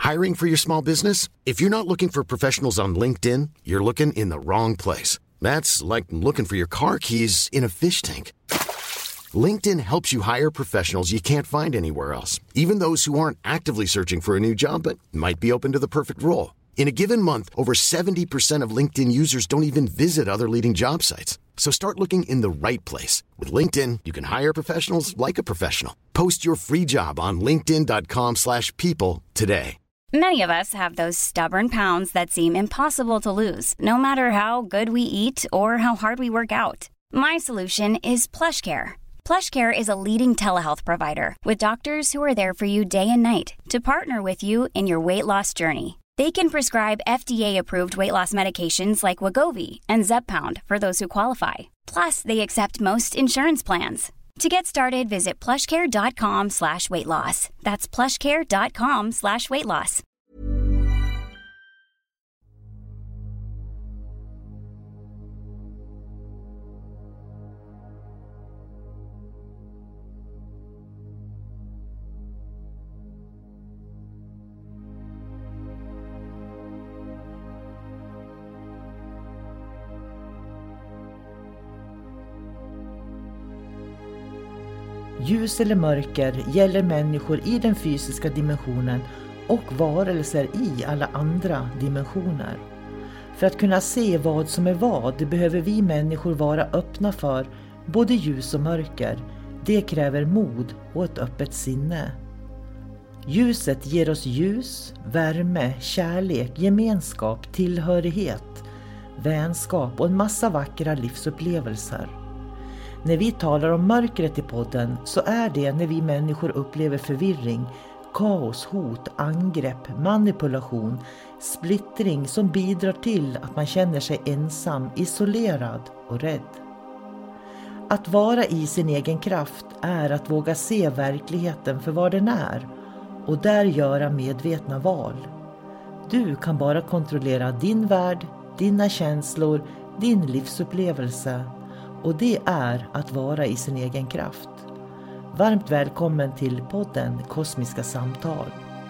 Hiring for your small business? If you're not looking for professionals on LinkedIn, you're looking in the wrong place. That's like looking for your car keys in a fish tank. LinkedIn helps you hire professionals you can't find anywhere else, even those who aren't actively searching for a new job but might be open to the perfect role. In a given month, over 70% of LinkedIn users don't even visit other leading job sites. So start looking in the right place. With LinkedIn, you can hire professionals like a professional. Post your free job on linkedin.com/people today. Many of us have those stubborn pounds that seem impossible to lose, no matter how good we eat or how hard we work out. My solution is PlushCare. PlushCare is a leading telehealth provider with doctors who are there for you day and night to partner with you in your weight loss journey. They can prescribe FDA-approved weight loss medications like Wegovy and Zepbound for those who qualify. Plus, they accept most insurance plans. To get started, visit plushcare.com/weightloss. That's plushcare.com/weightloss. Ljus eller mörker gäller människor i den fysiska dimensionen och varelser i alla andra dimensioner. För att kunna se vad som är vad behöver vi människor vara öppna för både ljus och mörker. Det kräver mod och ett öppet sinne. Ljuset ger oss ljus, värme, kärlek, gemenskap, tillhörighet, vänskap och en massa vackra livsupplevelser. När vi talar om mörkret i podden så är det när vi människor upplever förvirring, kaos, hot, angrepp, manipulation, splittring som bidrar till att man känner sig ensam, isolerad och rädd. Att vara i sin egen kraft är att våga se verkligheten för vad den är och där göra medvetna val. Du kan bara kontrollera din värld, dina känslor, din livsupplevelse. Och det är att vara i sin egen kraft. Varmt välkommen till podden Kosmiska samtal.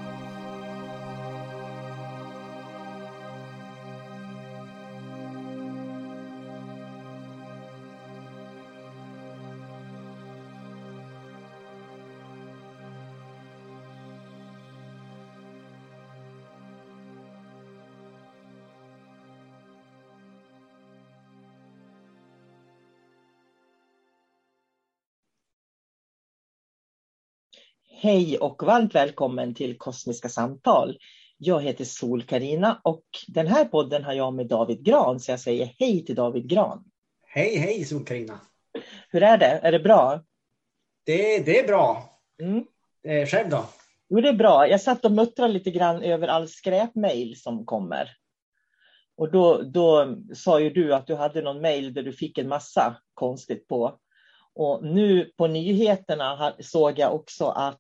Hej och varmt välkommen till Kosmiska samtal. Jag heter Sol-Carina och den här podden har jag med David Gran, så jag säger hej till David Gran. Hej Sol-Carina. Hur är det? Är det bra? Det är bra. Själv då? Jo, det är bra. Jag satt och muttrade lite grann över all skräpmail som kommer. Och då sa ju du att du hade någon mail där du fick en massa konstigt på. Och nu på nyheterna såg jag också att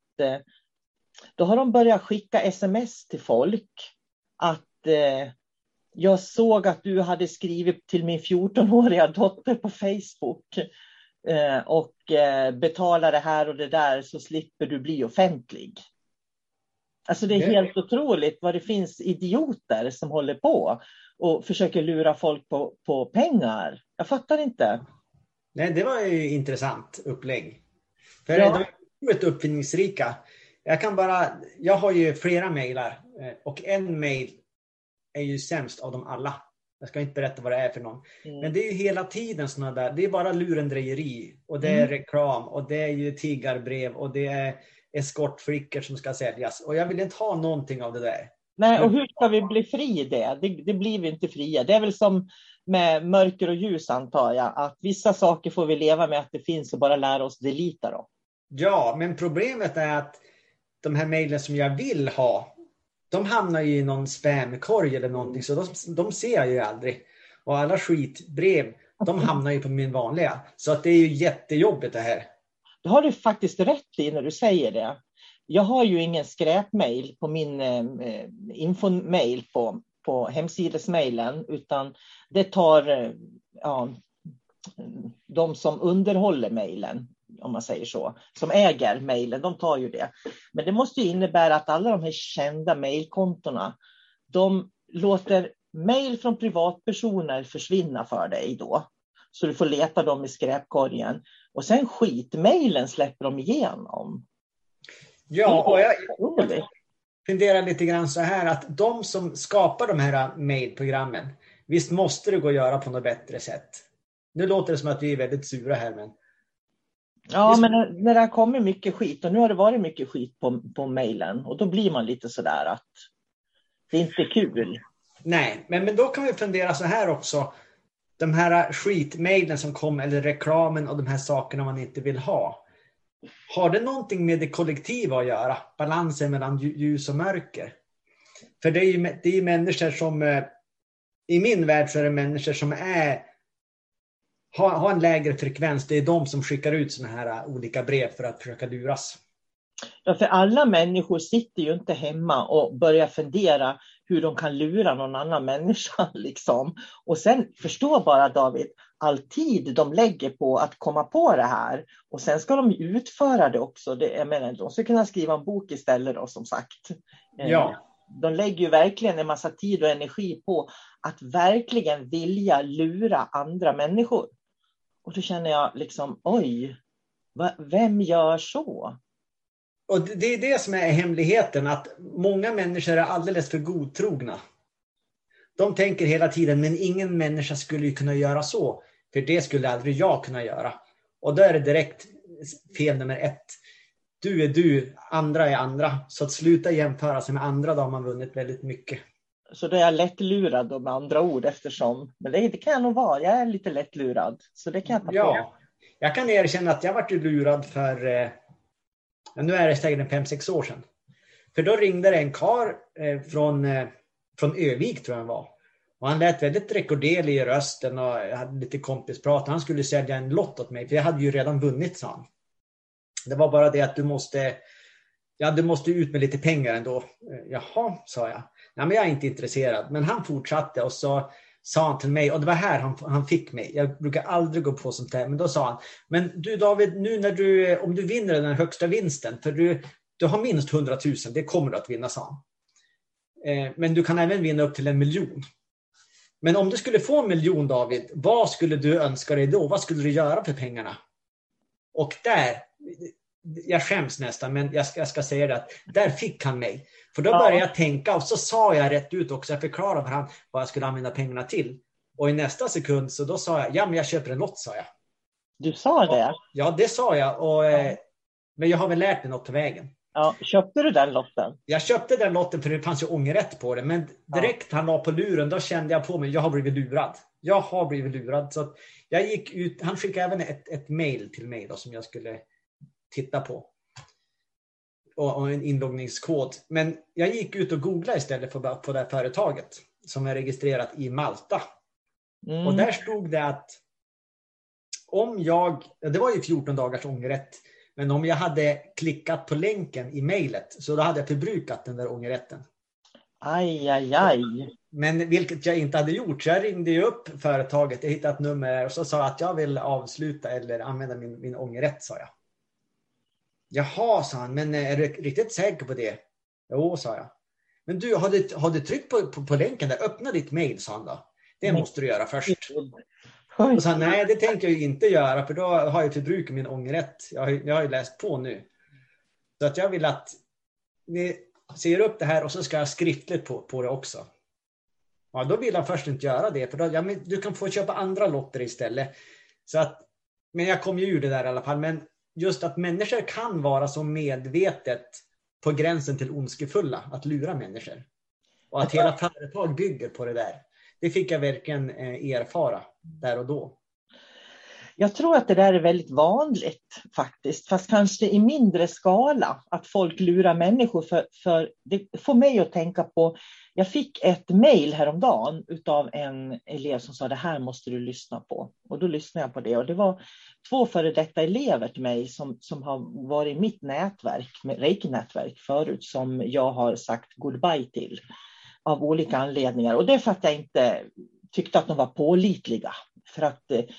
då har de börjat skicka sms till folk att jag såg att du hade skrivit till min 14-åriga dotter på Facebook och betala det här och det där så slipper du bli offentlig. Alltså det är helt otroligt vad det finns idioter som håller på och försöker lura folk på pengar. Jag fattar inte. Nej, det var ju intressant upplägg. För Ja. de är ett uppfinningsrika. Jag har ju flera mejlar och en mejl är ju sämst av dem alla. Jag ska inte berätta vad det är för någon. Men det är ju hela tiden såna där. Det är bara lurendrejeri och det är reklam och det är ju tiggarbrev och det är eskortflickor som ska säljas. Och jag vill inte ha någonting av det där. Nej, och hur ska vi bli fri det? Det blir vi inte fria. Det är väl som med mörker och ljus, antar jag. Att vissa saker får vi leva med att det finns och bara lära oss delita dem. Ja, men problemet är att de här mejlen som jag vill ha, de hamnar ju i någon spamkorg eller någonting. Så de ser jag ju aldrig. Och alla skitbrev, de hamnar ju på min vanliga. Så att det är ju jättejobbigt det här. Det har du faktiskt rätt i när du säger det. Jag har ju ingen skräpmail på min infomail på hemsidesmailen, utan det tar de som underhåller mailen om man säger så, som äger mejlen, de tar ju det. Men det måste ju innebära att alla de här kända mejlkontona, de låter mejl från privatpersoner försvinna för dig då. Så du får leta dem i skräpkorgen. Och sen skitmejlen släpper de igenom. Ja, och jag funderar lite grann så här att de som skapar de här mejlprogrammen, visst måste det gå att göra på något bättre sätt. Nu låter det som att vi är väldigt sura här, men... Ja, men när det har kommit mycket skit, och nu har det varit mycket skit på mejlen, och då blir man lite sådär att det är inte kul. Nej, men då kan vi fundera så här också. De här skitmejlen som kommer, eller reklamen och de här sakerna man inte vill ha. Har det någonting med det kollektiva att göra? Balansen mellan ljus och mörker? För det är ju människor som... I min värld så är det människor som har en lägre frekvens. Det är de som skickar ut såna här olika brev för att försöka luras. Ja, för alla människor sitter ju inte hemma och börjar fundera hur de kan lura någon annan människa. Liksom. Och sen förstå bara, David, all tid de lägger på att komma på det här. Och sen ska de utföra det också. Jag menar, de ska kunna skriva en bok istället då, som sagt. Ja. De lägger ju verkligen en massa tid och energi på att verkligen vilja lura andra människor. Och då känner jag liksom, oj, vem gör så? Och det är det som är hemligheten, att många människor är alldeles för godtrogna. De tänker hela tiden, men ingen människa skulle ju kunna göra så. För det skulle aldrig jag kunna göra. Och då är det direkt fel nummer 1. Du är du, andra är andra. Så att sluta jämföra sig med andra, då har man vunnit väldigt mycket. Så då är jag lättlurad då, med andra ord, eftersom... Men det kan jag nog vara, jag är lite lättlurad. Så det kan jag ta på. Ja, jag kan erkänna att jag varit lurad för... nu är det säkert 5-6 år sedan. För då ringde det en karl från Övik, tror jag han var. Och han lät väldigt rekorderlig i rösten och jag hade lite kompisprat. Han skulle sälja en lott åt mig, för jag hade ju redan vunnit, sa han. Det var bara det att du måste ut med lite pengar ändå. Jaha, sa jag. Nej, men jag är inte intresserad. Men han fortsatte och så sa han till mig, och det var här han fick mig. Jag brukar aldrig gå på sånt där, men då sa han: men du David, nu när om du vinner den högsta vinsten, för du har minst 100 000, det kommer du att vinna, sa han. Men du kan även vinna upp till 1 miljon. Men om du skulle få 1 miljon, David, vad skulle du önska dig då? Vad skulle du göra för pengarna? Och där, jag skäms nästan, men jag ska säga det, att där fick han mig. För då började jag tänka, och så sa jag rätt ut också, jag förklarade för han vad jag skulle använda pengarna till. Och i nästa sekund så då sa jag, ja, men jag köper en lott, sa jag. Du sa det? Ja, det sa jag. Men jag har väl lärt mig något på vägen. Ja, köpte du den lotten? Jag köpte den lotten för det fanns ju ångerrätt på det. Men direkt han la på luren, då kände jag på mig, jag har blivit lurad. Så att jag gick ut, han skickade även ett mejl till mig då, som jag skulle titta på. Och en inloggningskod. Men jag gick ut och googlade istället på det här företaget som är registrerat i Malta. Och där stod det att det var ju 14 dagars ångerrätt. Men om jag hade klickat på länken i mejlet, så då hade jag förbrukat den där ångerrätten. Aj. Men vilket jag inte hade gjort. Så jag ringde ju upp företaget, jag hittade ett nummer och så sa att jag vill avsluta eller använda min ångerrätt, sa jag. Jaha, sa han, men är du riktigt säker på det? Jo, sa jag. Men du, har du tryckt på länken där? Öppna ditt mejl, sa han då. Det måste du göra först. Och sa han, nej, det tänker jag inte göra, för då har jag förbrukat min ångerrätt. Jag har ju läst på nu. Så att jag vill att ni ser upp det här och så ska jag skriftligt på det också. Ja, då vill jag först inte göra det, för då, men du kan få köpa andra lotter istället. Så att, men jag kom ju ur det där i alla fall. Men just att människor kan vara så medvetet på gränsen till ondskefulla att lura människor. Och att hela företag bygger på det där. Det fick jag verkligen erfara där och då. Jag tror att det där är väldigt vanligt faktiskt. Fast kanske i mindre skala. Att folk lurar människor. För det får mig att tänka på. Jag fick ett mejl häromdagen utav en elev som sa: det här måste du lyssna på. Och då lyssnade jag på det. Och det var 2 före detta elever till mig som har varit i mitt nätverk, med Reiki-nätverk förut, som jag har sagt goodbye till. Av olika anledningar. Och det är för att jag inte tyckte att de var pålitliga. För att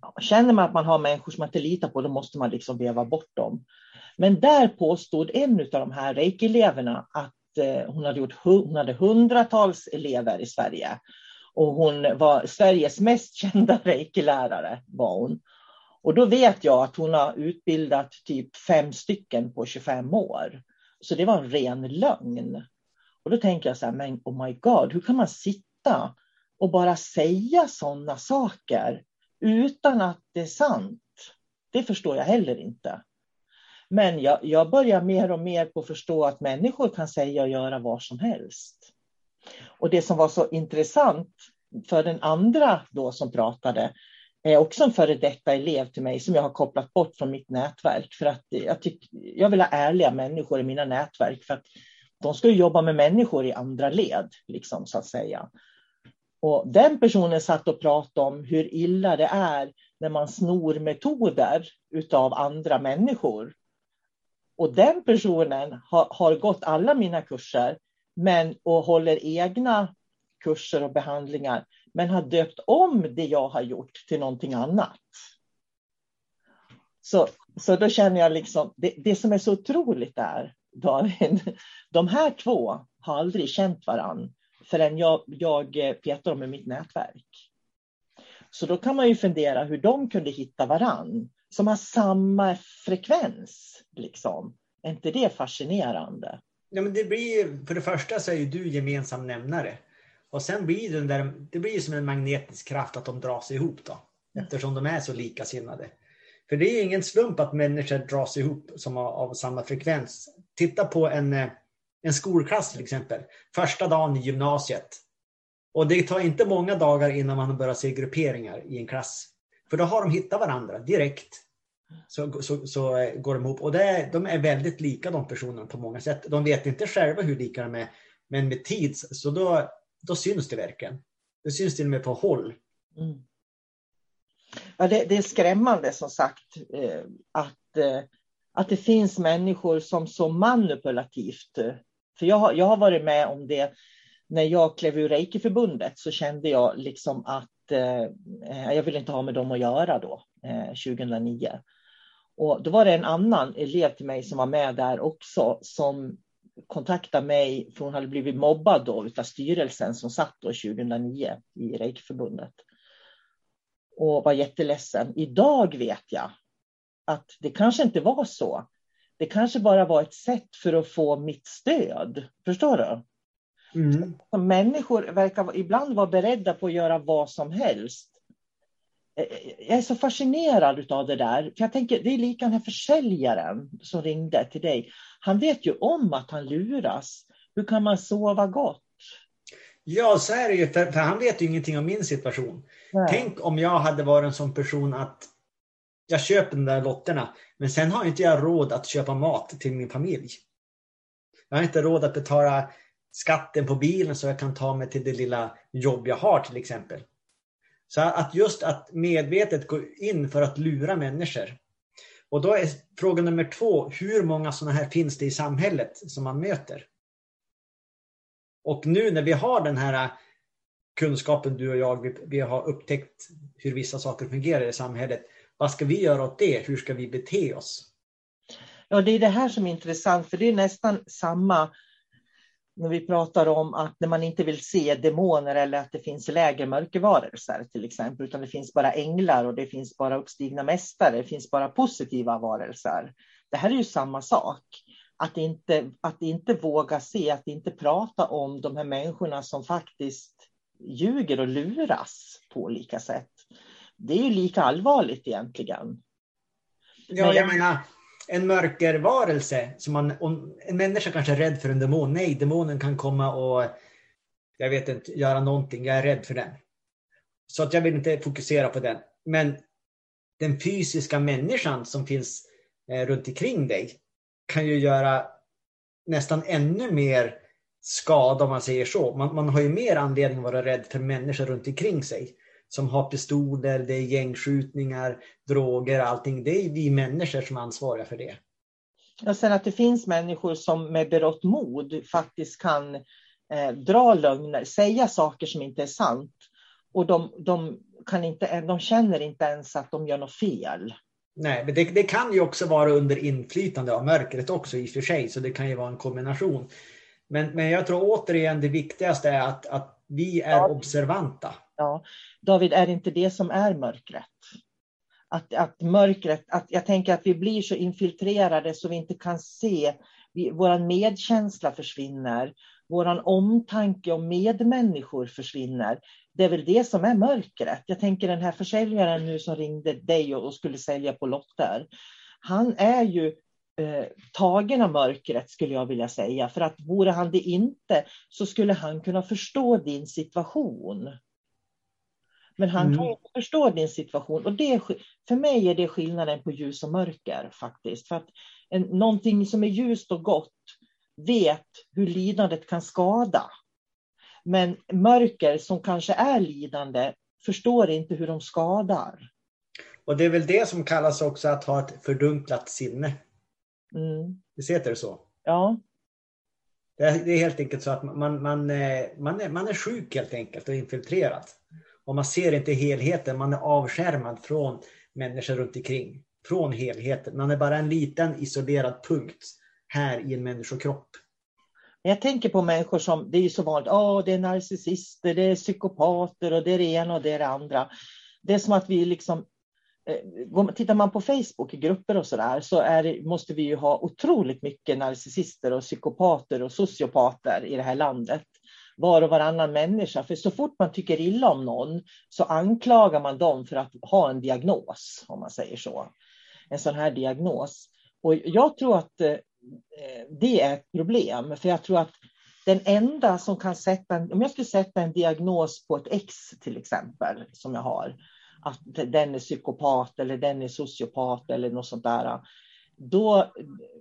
känner man att man har människor som man inte litar på, då måste man liksom veva bort dem. Men där påstod en av de här reiki-eleverna att hon hade hundratals elever i Sverige. Och hon var Sveriges mest kända reiki-lärare, var hon. Och då vet jag att hon har utbildat typ 5 stycken på 25 år. Så det var en ren lögn. Och då tänker jag så här, men oh my god, hur kan man sitta och bara säga sådana saker utan att det är sant? Det förstår jag heller inte. Men jag börjar mer och mer på att förstå att människor kan säga och göra vad som helst. Och det som var så intressant för den andra då som pratade är också en före detta elev till mig som jag har kopplat bort från mitt nätverk. För att jag vill ha ärliga människor i mina nätverk, för att de ska jobba med människor i andra led, liksom, så att säga. Och den personen satt och pratade om hur illa det är när man snor metoder utav andra människor. Och den personen har gått alla mina kurser och håller egna kurser och behandlingar, men har döpt om det jag har gjort till någonting annat. Så då känner jag liksom, det som är så otroligt är, David, de här två har aldrig känt varann förrän jag petar dem i mitt nätverk. Så då kan man ju fundera hur de kunde hitta varann som har samma frekvens, liksom. Är inte det fascinerande? Ja, men det blir, för det första så är ju du gemensam nämnare. Och sen blir det blir som en magnetisk kraft att de dras ihop då. Eftersom de är så likasinnade. För det är ingen slump att människor dras ihop som av samma frekvens. Titta på en skolklass till exempel. Första dagen i gymnasiet. Och det tar inte många dagar innan man börjar se grupperingar i en klass. För då har de hittat varandra direkt. Så går de ihop. Och de är väldigt lika, de personerna, på många sätt. De vet inte själva hur lika de är. Men med tid så då syns det verkligen. Det syns till och med på håll. Mm. Ja, det är skrämmande som sagt att det finns människor som så manipulativt. För jag har varit med om det när jag klev ur Reiki-förbundet, så kände jag liksom att jag ville inte ha med dem att göra då, 2009. Och då var det en annan elev till mig som var med där också, som kontaktade mig, för hon hade blivit mobbad då utav styrelsen som satt då 2009 i Reiki-förbundet. Och var jätteledsen. Idag vet jag att det kanske inte var så. Det kanske bara var ett sätt för att få mitt stöd. Förstår du? Mm. Människor verkar ibland vara beredda på att göra vad som helst. Jag är så fascinerad av det där. För jag tänker, det är lika den här försäljaren som ringde till dig. Han vet ju om att han luras. Hur kan man sova gott? Ja, så är det ju. För han vet ju ingenting om min situation. Nej. Tänk om jag hade varit en sån person att jag köper de där lotterna, men sen har inte jag råd att köpa mat till min familj. Jag har inte råd att betala skatten på bilen så jag kan ta mig till det lilla jobb jag har till exempel. Så att medvetet gå in för att lura människor. Och då är fråga nummer 2, hur många sådana här finns det i samhället som man möter? Och nu när vi har den här kunskapen, du och jag, vi har upptäckt hur vissa saker fungerar i samhället. Vad ska vi göra åt det? Hur ska vi bete oss? Ja, det är det här som är intressant, för det är nästan samma när vi pratar om att när man inte vill se demoner eller att det finns lägre mörkervarelser till exempel, utan det finns bara änglar och det finns bara uppstigna mästare, det finns bara positiva varelser. Det här är ju samma sak. Att inte våga se, att inte prata om de här människorna som faktiskt ljuger och luras på olika sätt. Det är ju lika allvarligt egentligen. Ja, jag menar, en mörkervarelse, en människa kanske är rädd för en demon. Nej, demonen kan komma och jag vet inte, göra någonting. Jag är rädd för den. Så att jag vill inte fokusera på den. Men den fysiska människan som finns runt omkring dig kan ju göra nästan ännu mer skada, om man säger så. Man har ju mer anledning att vara rädd för människor runt omkring sig. Som har pistoler, det är gängskjutningar, droger, allting. Det är vi människor som är ansvariga för det. Och sen att det finns människor som med berått mod faktiskt kan dra lögner, säga saker som inte är sant. Och de de känner inte ens att de gör något fel. Nej, men det kan ju också vara under inflytande av mörkret också i och för sig, så det kan ju vara en kombination. Men jag tror återigen det viktigaste är att vi är observanta. Ja, David, är det inte det som är mörkret? Att mörkret, jag tänker att vi blir så infiltrerade så vi inte kan se, våran medkänsla försvinner, våran omtanke om medmänniskor försvinner. Det är väl det som är mörkret. Jag tänker den här försäljaren nu som ringde dig och skulle sälja på lotter. Han är ju tagen av mörkret skulle jag vilja säga. För att vore han det inte så skulle han kunna förstå din situation. Men han kan inte förstå din situation. Och för mig är det skillnaden på ljus och mörker faktiskt. För att någonting som är ljust och gott vet hur lidandet kan skada. Men mörker som kanske är lidande förstår inte hur de skadar. Och det är väl det som kallas också att ha ett fördunklat sinne. Det heter det så? Ja. Det är helt enkelt så att man är sjuk helt enkelt och infiltrerad. Och man ser inte helheten, man är avskärmad från människor runt omkring. Från helheten, man är bara en liten isolerad punkt här i en människokropp. Jag tänker på människor som, det är ju så vanligt, det är narcissister, det är psykopater och det är det ena och det är det andra. Det är som att vi liksom, tittar man på Facebook i grupper och sådär så måste vi ju ha otroligt mycket narcissister och psykopater och sociopater i det här landet. Var och varannan människa, för så fort man tycker illa om någon så anklagar man dem för att ha en diagnos, om man säger så. En sån här diagnos. Och jag tror att det är ett problem, för jag tror att den enda som kan om jag skulle sätta en diagnos på ett ex till exempel, som jag har, att den är psykopat eller den är sociopat eller något sånt där, då,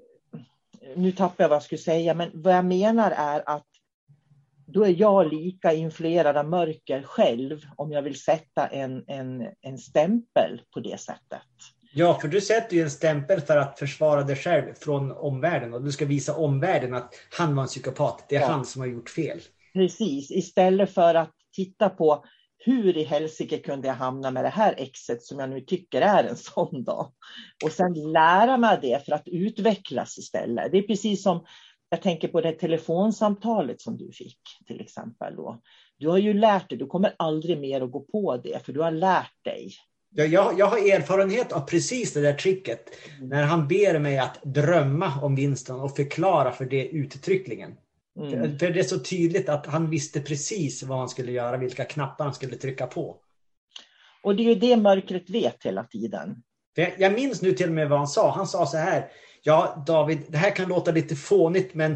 nu tappar jag vad jag skulle säga, men vad jag menar är att då är jag lika influerad av mörker själv om jag vill sätta en stämpel på det sättet. Ja, för du sätter ju en stämpel för att försvara dig själv från omvärlden. Och du ska visa omvärlden att han var en psykopat. Det är han som har gjort fel. Precis, istället för att titta på hur i helsike kunde jag hamna med det här exet som jag nu tycker är en sån dag. Och sen lära mig det för att utvecklas istället. Det är precis som, jag tänker på det telefonsamtalet som du fick till exempel då. Du har ju lärt dig, du kommer aldrig mer att gå på det för du har lärt dig. Jag har erfarenhet av precis det där tricket. När han ber mig att drömma om vinsten och förklara för det uttryckligen. För det är så tydligt att han visste precis vad han skulle göra, vilka knappar han skulle trycka på. Och det är ju det mörkret vet hela tiden. För jag minns nu till och med vad han sa. Han sa så här: ja David, det här kan låta lite fånigt, men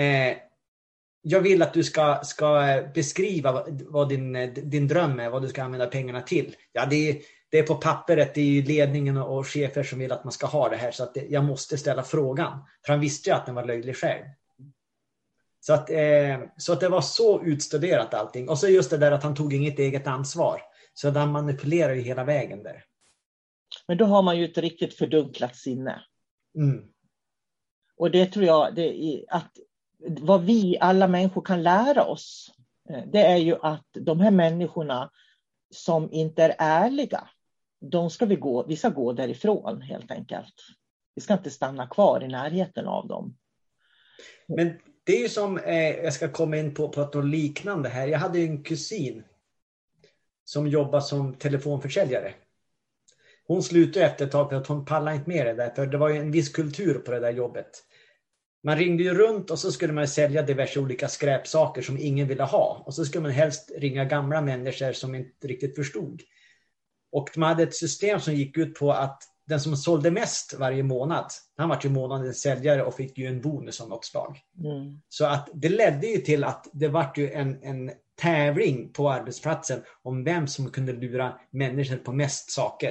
jag vill att du ska beskriva vad din dröm är, vad du ska använda pengarna till. Ja, det är på pappret, det är ju ledningen och chefer som vill att man ska ha det här, så att jag måste ställa frågan. För han visste ju att den var löjlig själv. Så att det var så utstuderat allting. Och så just det där att han tog inget eget ansvar. Så han manipulerar ju hela vägen där. Men då har man ju ett riktigt fördunklat sinne. Och det tror jag, att vad vi alla människor kan lära oss, det är ju att de här människorna som inte är ärliga, vi ska gå därifrån helt enkelt. Vi ska inte stanna kvar i närheten av dem. Men det är ju som, jag ska komma in på något liknande här. Jag hade en kusin som jobbar som telefonförsäljare. Hon slutade efter ett tag för att hon pallade inte med det där. För det var ju en viss kultur på det där jobbet. Man ringde ju runt och så skulle man sälja diverse olika skräpsaker som ingen ville ha. Och så skulle man helst ringa gamla människor som inte riktigt förstod. Och man hade ett system som gick ut på att den som sålde mest varje månad, han var ju månadens säljare och fick ju en bonus av något slag. Så att det ledde ju till att det var ju en tävling på arbetsplatsen om vem som kunde lura människor på mest saker.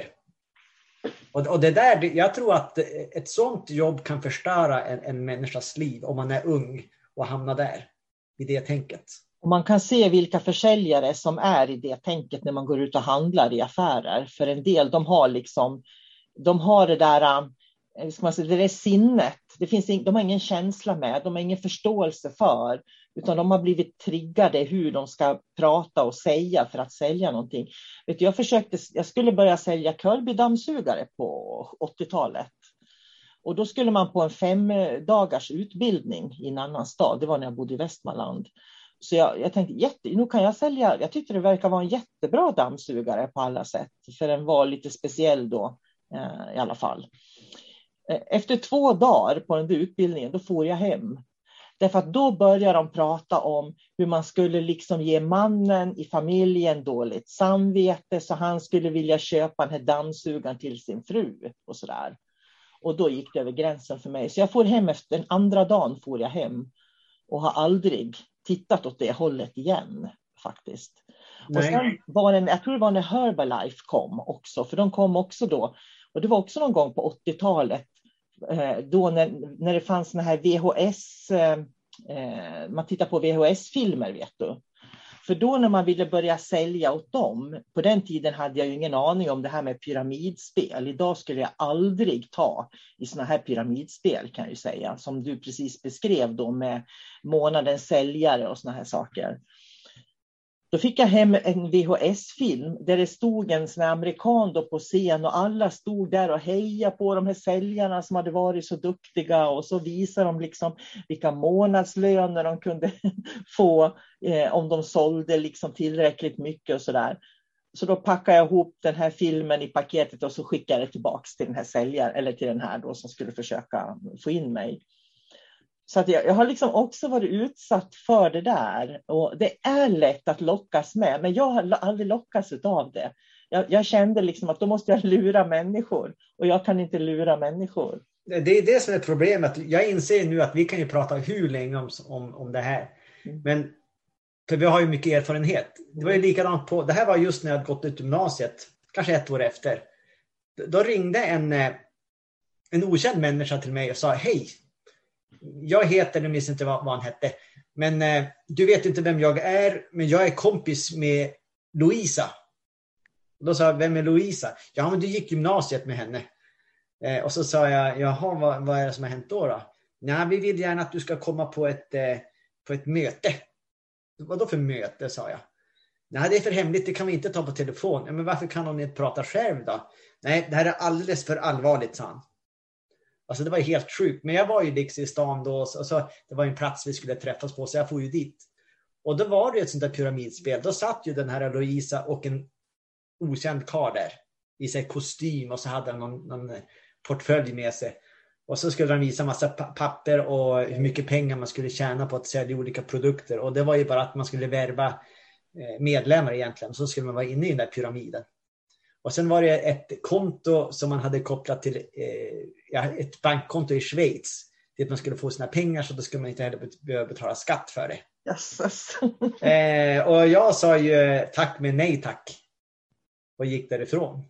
Och det där, jag tror att ett sånt jobb kan förstöra en människas liv om man är ung och hamnar där i det tänket. Och man kan se vilka försäljare som är i det tänket när man går ut och handlar i affärer. För en del, de har det där, ska man säga, det där sinnet. De har ingen känsla med, de har ingen förståelse för Utan de har blivit triggade hur de ska prata och säga för att sälja någonting. Vet du, jag skulle börja sälja Kirby-dammsugare på 80-talet. Och då skulle man på en 5 dagars utbildning i en annan stad. Det var när jag bodde i Västmanland. Så jag tänkte, nu kan jag sälja. Jag tyckte det verkar vara en jättebra dammsugare på alla sätt. För den var lite speciell då i alla fall. Efter 2 dagar på den där utbildningen, då får jag hem. Därför att då börjar de prata om hur man skulle liksom ge mannen i familjen dåligt samvete. Så han skulle vilja köpa den här dammsugaren till sin fru och sådär. Och då gick det över gränsen för mig. Så jag får hem efter den andra dagen får jag hem. Och har aldrig tittat åt det hållet igen faktiskt. Nej. Och sen var det, jag tror det var när Herbalife kom också. För de kom också då. Och det var också någon gång på 80-talet. Då när det fanns såna här VHS. Man tittar på VHS-filmer vet du. För då när man ville börja sälja åt dem. På den tiden hade jag ju ingen aning om det här med pyramidspel. Idag skulle jag aldrig ta i såna här pyramidspel kan jag ju säga. Som du precis beskrev då med månadens säljare och såna här saker. Då fick jag hem en VHS-film där det stod en sån här amerikan då på scen och alla stod där och hejade på de här säljarna som hade varit så duktiga och så visade de liksom vilka månadslöner de kunde få om de sålde liksom tillräckligt mycket och sådär. Så då packade jag ihop den här filmen i paketet och så skickade jag tillbaka till den här säljaren eller till den här då som skulle försöka få in mig. Så att jag har liksom också varit utsatt för det där. Och det är lätt att lockas med. Men jag har aldrig lockats av det. Jag kände liksom att då måste jag lura människor. Och jag kan inte lura människor. Det är det som är problemet. Jag inser nu att vi kan ju prata hur länge om det här. Men för vi har ju mycket erfarenhet. Det var ju likadant på. Det här var just när jag hade gått ut gymnasiet. Kanske 1 år efter. Då ringde en okänd människa till mig och sa hej. Jag heter, nu minns inte vad han hette. Men du vet inte vem jag är. Men jag är kompis med Louisa. Och då sa jag, vem är Louisa? Ja, men du gick gymnasiet med henne. Och så sa jag, jaha, vad är det som har hänt då? Nej, vi vill gärna att du ska komma på ett möte. Vad då för möte, sa jag. Nej, det är för hemligt, det kan vi inte ta på telefon. Ja, men varför kan hon inte prata själv då? Nej, det här är alldeles för allvarligt, sa han. Alltså det var helt sjukt. Men jag var ju liksom i stan då. Så det var en plats vi skulle träffas på. Så jag får ju dit. Och då var det ett sånt där pyramidspel. Då satt ju den här Louisa och en okänd karl där. I sig kostym. Och så hade han någon portfölj med sig. Och så skulle han visa massa papper. Och hur mycket pengar man skulle tjäna på att sälja olika produkter. Och det var ju bara att man skulle värva medlemmar egentligen. Så skulle man vara inne i den där pyramiden. Och sen var det ett konto som man hade kopplat till ett bankkonto i Schweiz. Till att man skulle få sina pengar så då skulle man inte heller behöva betala skatt för det. Yes. Och jag sa ju tack men nej tack. Och gick därifrån.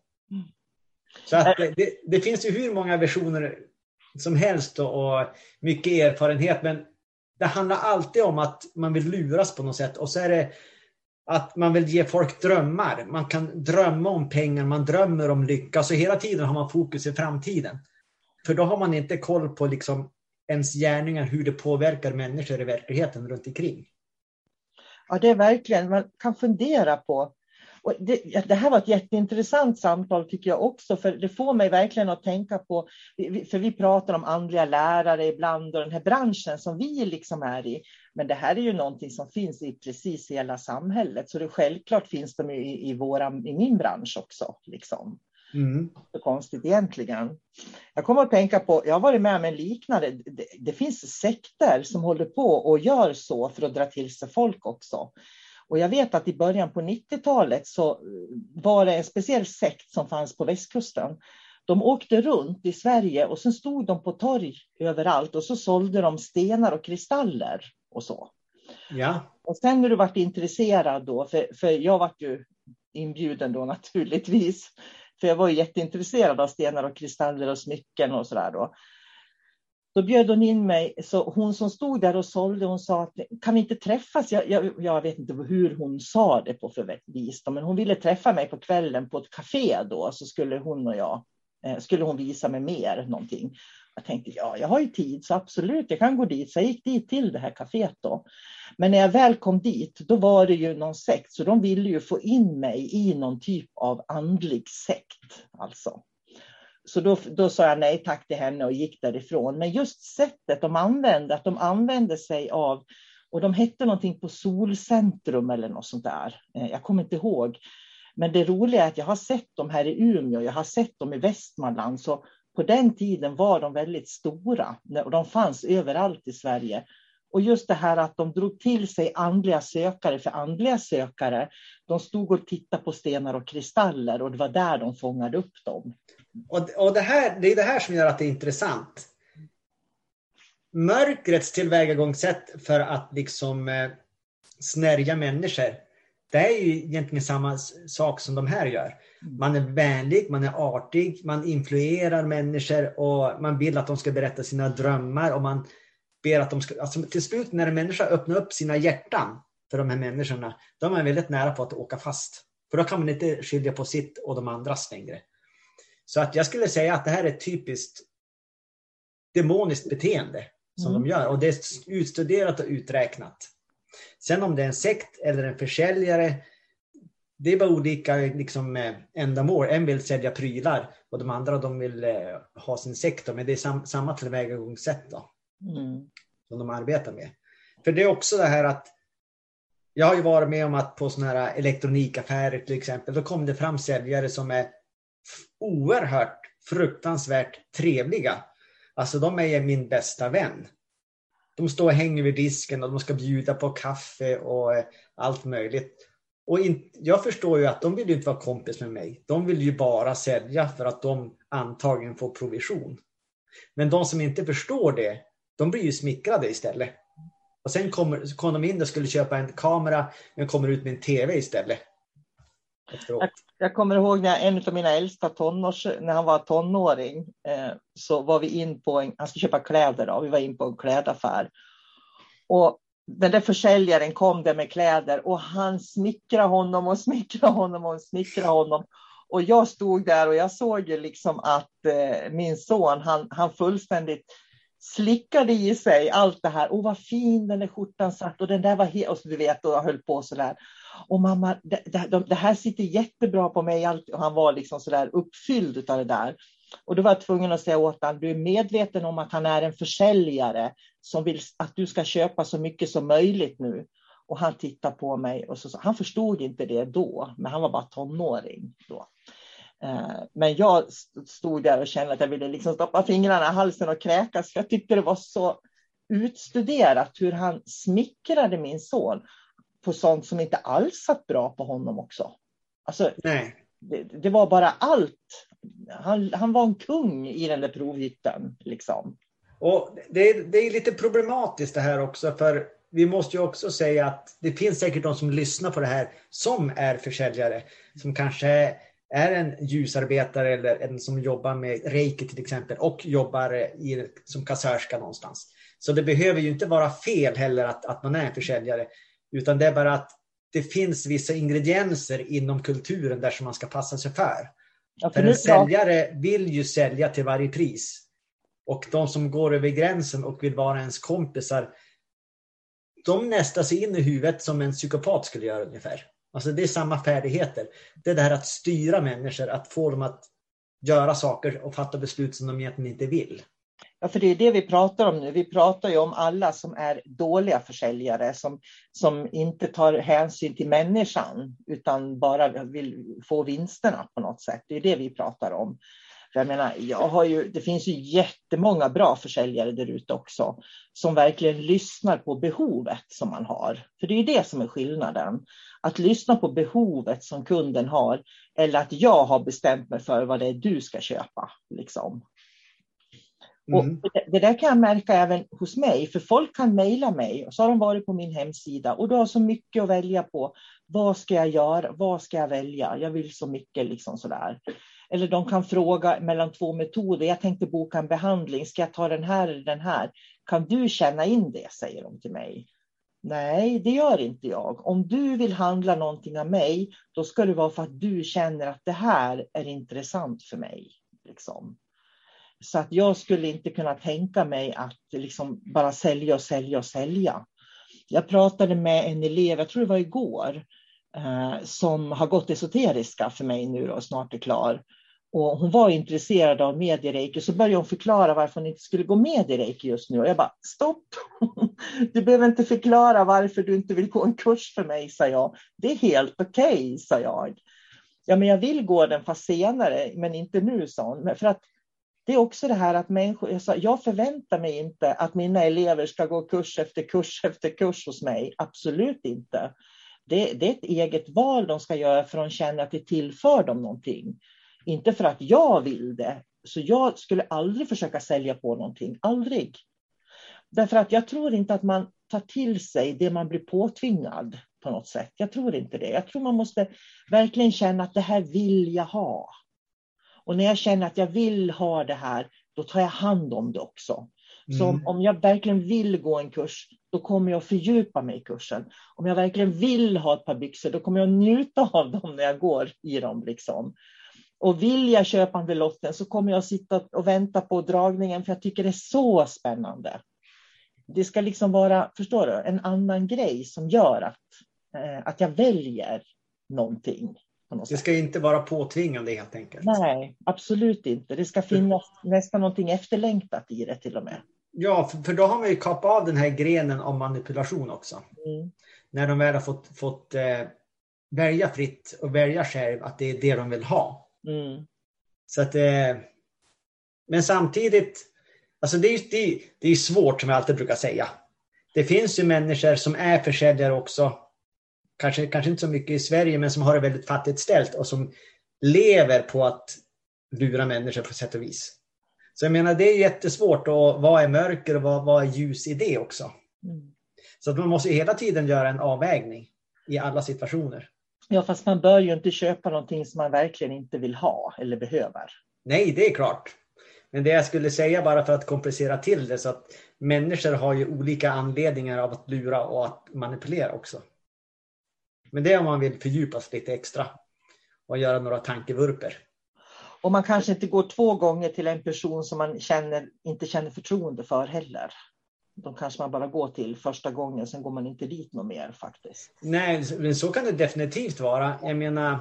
Så att det finns ju hur många versioner som helst och mycket erfarenhet. Men det handlar alltid om att man vill luras på något sätt. Och så är det att man vill ge folk drömmar. Man kan drömma om pengar, man drömmer om lycka. Så hela tiden har man fokus i framtiden. För då har man inte koll på liksom ens gärningar, hur det påverkar människor i verkligheten runt omkring. Ja, det är verkligen, man kan fundera på. Och det här var ett jätteintressant samtal tycker jag också. För det får mig verkligen att tänka på, för vi pratar om andliga lärare ibland och den här branschen som vi liksom är i. Men det här är ju någonting som finns i precis hela samhället. Så det självklart finns de i min bransch också. Liksom. Så konstigt egentligen. Jag kommer att tänka på, jag har varit med om en liknande. Det finns sekter som håller på och gör så för att dra till sig folk också. Och jag vet att i början på 90-talet så var det en speciell sekt som fanns på västkusten. De åkte runt i Sverige och sen stod de på torg överallt och så sålde de stenar och kristaller och så. Ja. Och sen när du varit intresserad då, för jag var ju inbjuden då naturligtvis. För jag var ju jätteintresserad av stenar och kristaller och smycken och sådär då. Då bjöd hon in mig, så hon som stod där och sålde, hon sa att kan vi inte träffas? Jag vet inte hur hon sa det på för vis, men hon ville träffa mig på kvällen på ett café då, så skulle hon och jag Skulle hon visa mig mer någonting? Jag tänkte, jag har ju tid så absolut, jag kan gå dit. Så jag gick dit till det här kaféet då. Men när jag väl kom dit, då var det ju någon sekt. Så de ville ju få in mig i någon typ av andlig sekt. Alltså. Så då sa jag nej tack till henne och gick därifrån. Men just sättet de använde, att de använde sig av, och de hette någonting på Solcentrum eller något sånt där. Jag kommer inte ihåg. Men det roliga är att jag har sett dem här i Umeå, jag har sett dem i Västmanland. Så på den tiden var de väldigt stora och de fanns överallt i Sverige. Och just det här att de drog till sig andliga sökare, för andliga sökare, de stod och tittade på stenar och kristaller och det var där de fångade upp dem. Och det är det här som gör att det är intressant. Mörkrets tillvägagångssätt för att liksom snärja människor, det är ju egentligen samma sak som de här gör. Man är vänlig, man är artig, man influerar människor och man vill att de ska berätta sina drömmar och man ber att de ska, alltså till slut när en människa öppnar upp sina hjärtan för de här människorna, då är man väldigt nära på att åka fast. För då kan man inte skilja på sitt och de andras längre. Så att jag skulle säga att det här är ett typiskt demoniskt beteende som de gör. Och det är utstuderat och uträknat. Sen om det är en sekt eller en försäljare, det är bara olika liksom, ändamål. En vill sälja prylar och de andra de vill ha sin sekt. Men det är samma tillvägagångssätt då, som de arbetar med. För det är också det här att jag har ju varit med om att på såna här elektronikaffärer till exempel, då kom det fram säljare som är oerhört fruktansvärt trevliga. Alltså de är min bästa vän. De står och hänger vid disken och de ska bjuda på kaffe och allt möjligt. Och jag förstår ju att de vill ju inte vara kompis med mig. De vill ju bara sälja för att de antagligen får provision. Men de som inte förstår det, de blir ju smickrade istället. Och sen kom de in och skulle köpa en kamera, men kommer ut med en tv istället. Jag kommer ihåg när en av mina äldsta när han var tonåring, så var vi in på han skulle köpa kläder då. Vi var in på en klädaffär. Och den där försäljaren kom där med kläder och han smickrade honom. Och jag stod där och jag såg ju liksom att min son, han fullständigt slickade i sig allt det här. Och vad fin den där skjortan satt och den där var och så, du vet, och jag höll på så där. Och mamma, det här sitter jättebra på mig. Och han var liksom så där uppfylld av det där. Och då var jag tvungen att säga åt honom, du är medveten om att han är en försäljare som vill att du ska köpa så mycket som möjligt nu. Och han tittade på mig och så han förstod inte det då, men han var bara tonåring då. Men jag stod där och kände att jag ville liksom stoppa fingrarna i halsen och kräkas, för jag tyckte det var så utstuderat hur han smickrade min son på sånt som inte alls satt bra på honom också. Alltså, nej. Det var bara allt. Han var en kung i den där provhytten liksom. Och det är lite problematiskt det här också, för vi måste ju också säga att det finns säkert de som lyssnar på det här som är försäljare, som kanske är en ljusarbetare eller en som jobbar med reiki till exempel och jobbar som kassörska någonstans. Så det behöver ju inte vara fel heller att man är en försäljare, utan det är bara att det finns vissa ingredienser inom kulturen där som man ska passa sig för. Ja, för en säljare vill ju sälja till varje pris. Och de som går över gränsen och vill vara ens kompisar, de nästar sig in i huvudet som en psykopat skulle göra ungefär. Alltså det är samma färdigheter. Det är det här att styra människor, att få dem att göra saker och fatta beslut som de egentligen inte vill. Ja, för det är det vi pratar om nu. Vi pratar ju om alla som är dåliga försäljare, som inte tar hänsyn till människan utan bara vill få vinsterna på något sätt. Det är det vi pratar om. För jag menar, det finns ju jättemånga bra försäljare där ute också som verkligen lyssnar på behovet som man har. För det är ju det som är skillnaden. Att lyssna på behovet som kunden har, eller att jag har bestämt mig för vad det är du ska köpa liksom. Och det där kan jag märka även hos mig, för folk kan mejla mig och så har de varit på min hemsida och då har så mycket att välja på. Vad ska jag göra? Vad ska jag välja? Jag vill så mycket liksom sådär. Eller de kan fråga mellan 2 metoder. Jag tänkte boka en behandling. Ska jag ta den här eller den här? Kan du känna in det, säger de till mig. Nej, det gör inte jag. Om du vill handla någonting av mig, då ska det vara för att du känner att det här är intressant för mig. Liksom. Så att jag skulle inte kunna tänka mig att liksom bara sälja. Jag pratade med en elev, jag tror det var igår, som har gått esoteriska för mig nu och snart är klar. Och hon var intresserad av mediereiki, så började hon förklara varför hon inte skulle gå med i reiki just nu. Och jag bara, stopp! Du behöver inte förklara varför du inte vill gå en kurs för mig, sa jag. Det är helt okej, sa jag. Ja, men jag vill gå den fast senare, men inte nu, sa hon. För att det är också det här att människor, jag förväntar mig inte att mina elever ska gå kurs efter kurs hos mig. Absolut inte. Det är ett eget val de ska göra för att de känner att det tillför dem någonting. Inte för att jag vill det. Så jag skulle aldrig försöka sälja på någonting. Aldrig. Därför att jag tror inte att man tar till sig det man blir påtvingad på något sätt. Jag tror inte det. Jag tror man måste verkligen känna att det här vill jag ha. Och när jag känner att jag vill ha det här, då tar jag hand om det också. Så om jag verkligen vill gå en kurs, då kommer jag fördjupa mig i kursen. Om jag verkligen vill ha ett par byxor, då kommer jag njuta av dem när jag går i dem. Liksom. Och vill jag köpa en velotten, så kommer jag sitta och vänta på dragningen, för jag tycker det är så spännande. Det ska liksom vara, förstår du, en annan grej som gör att jag väljer någonting. Det ska inte vara påtvingande helt enkelt. Nej, absolut inte. Det ska finnas nästan någonting efterlängtat i det till och med. Ja, för då har man ju kapat av den här grenen om manipulation också. När de väl har fått välja fritt och välja själv att det är det de vill ha. Så att, men samtidigt, alltså det är svårt, som jag alltid brukar säga. Det finns ju människor som är försäljare också. Kanske inte så mycket i Sverige, men som har det väldigt fattigt ställt och som lever på att lura människor på sätt och vis. Så jag menar, det är jättesvårt, och vad är mörker och vad är ljus i det också. Så att man måste hela tiden göra en avvägning i alla situationer. Ja, fast man bör ju inte köpa någonting som man verkligen inte vill ha eller behöver. Nej, det är klart. Men det jag skulle säga, bara för att komplicera till det, så att människor har ju olika anledningar av att lura och att manipulera också. Men det är om man vill fördjupas lite extra och göra några tankevurper. Och man kanske inte går 2 gånger till en person som man inte känner förtroende för heller. De kanske man bara går till första gången, sen går man inte dit något mer faktiskt. Nej, men så kan det definitivt vara. Jag menar,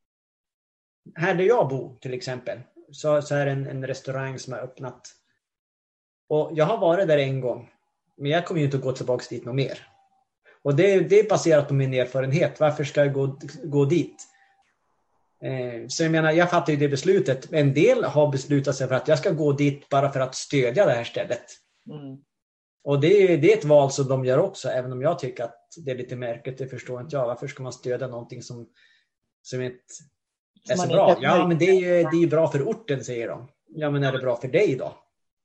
här där jag bor till exempel, så är det en restaurang som har öppnat. Och jag har varit där en gång, men jag kommer ju inte att gå tillbaka dit något mer. Och det är baserat på min erfarenhet. Varför ska jag gå dit? Så jag menar, jag fattar ju det beslutet. En del har beslutat sig för att jag ska gå dit bara för att stödja det här stället. Och det är ett val som de gör också. Även om jag tycker att det är lite märkligt. Det förstår inte jag. Varför ska man stödja någonting som inte är så bra? Ja, men det är ju bra för orten, säger de. Ja, men är det bra för dig då?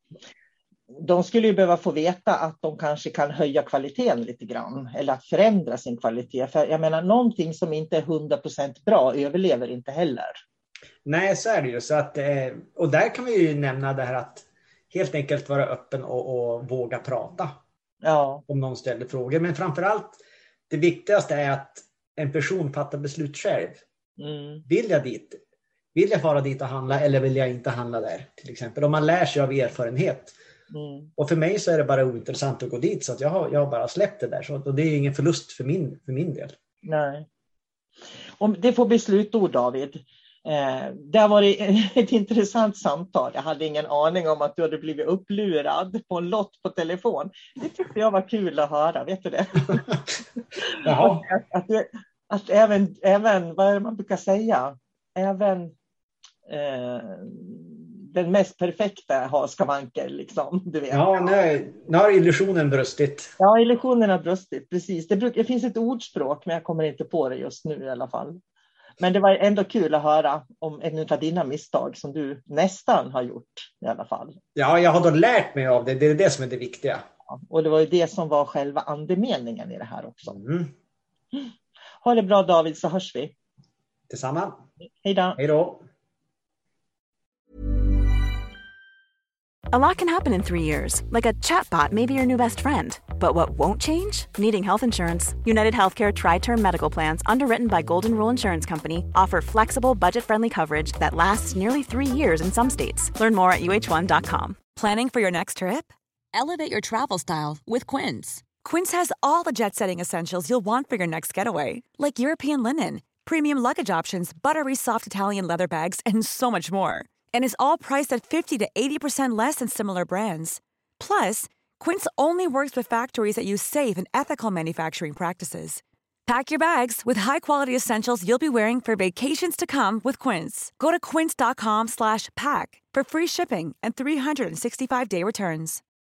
De skulle ju behöva få veta att de kanske kan höja kvaliteten lite grann. Eller att förändra sin kvalitet. För jag menar, någonting som inte är 100% bra överlever inte heller. Nej, så är det ju. Så att, och där kan vi ju nämna det här att helt enkelt vara öppen och våga prata. Ja. Om någon ställer frågor. Men framförallt, det viktigaste är att en person fattar beslut själv. Vill jag dit? Vill jag fara dit och handla, eller vill jag inte handla där? Till exempel. Om man lär sig av erfarenhet. Och för mig så är det bara ointressant att gå dit, så att jag har bara släppt det där, så och det är ingen förlust för min del. Nej. Om det får bli slutord, David. Det har varit ett intressant samtal. Jag hade ingen aning om att du hade blivit upplurad på en lott på telefon. Det tyckte jag var kul att höra, vet du det? Jaha. Att även, vad är det man brukar säga? Även den mest perfekta har skavanker, liksom, du vet. Ja, nu har illusionen brustit. Ja, illusionen har brustit, precis. Det finns ett ordspråk, men jag kommer inte på det just nu i alla fall. Men det var ändå kul att höra om en av dina misstag som du nästan har gjort i alla fall. Ja, jag har då lärt mig av det. Det är det som är det viktiga. Ja, och det var ju det som var själva andemeningen i det här också. Ha det bra, David, så hörs vi. Detsamma. Hej då. Hej då. A lot can happen in 3 years, like a chatbot may be your new best friend. But what won't change? Needing health insurance. United Healthcare Tri-Term Medical Plans, underwritten by Golden Rule Insurance Company, offer flexible, budget-friendly coverage that lasts nearly 3 years in some states. Learn more at uh1.com. Planning for your next trip? Elevate your travel style with Quince. Quince has all the jet-setting essentials you'll want for your next getaway, like European linen, premium luggage options, buttery soft Italian leather bags, and so much more. And is all priced at 50 to 80% less than similar brands. Plus, Quince only works with factories that use safe and ethical manufacturing practices. Pack your bags with high-quality essentials you'll be wearing for vacations to come with Quince. Go to quince.com/pack for free shipping and 365-day returns.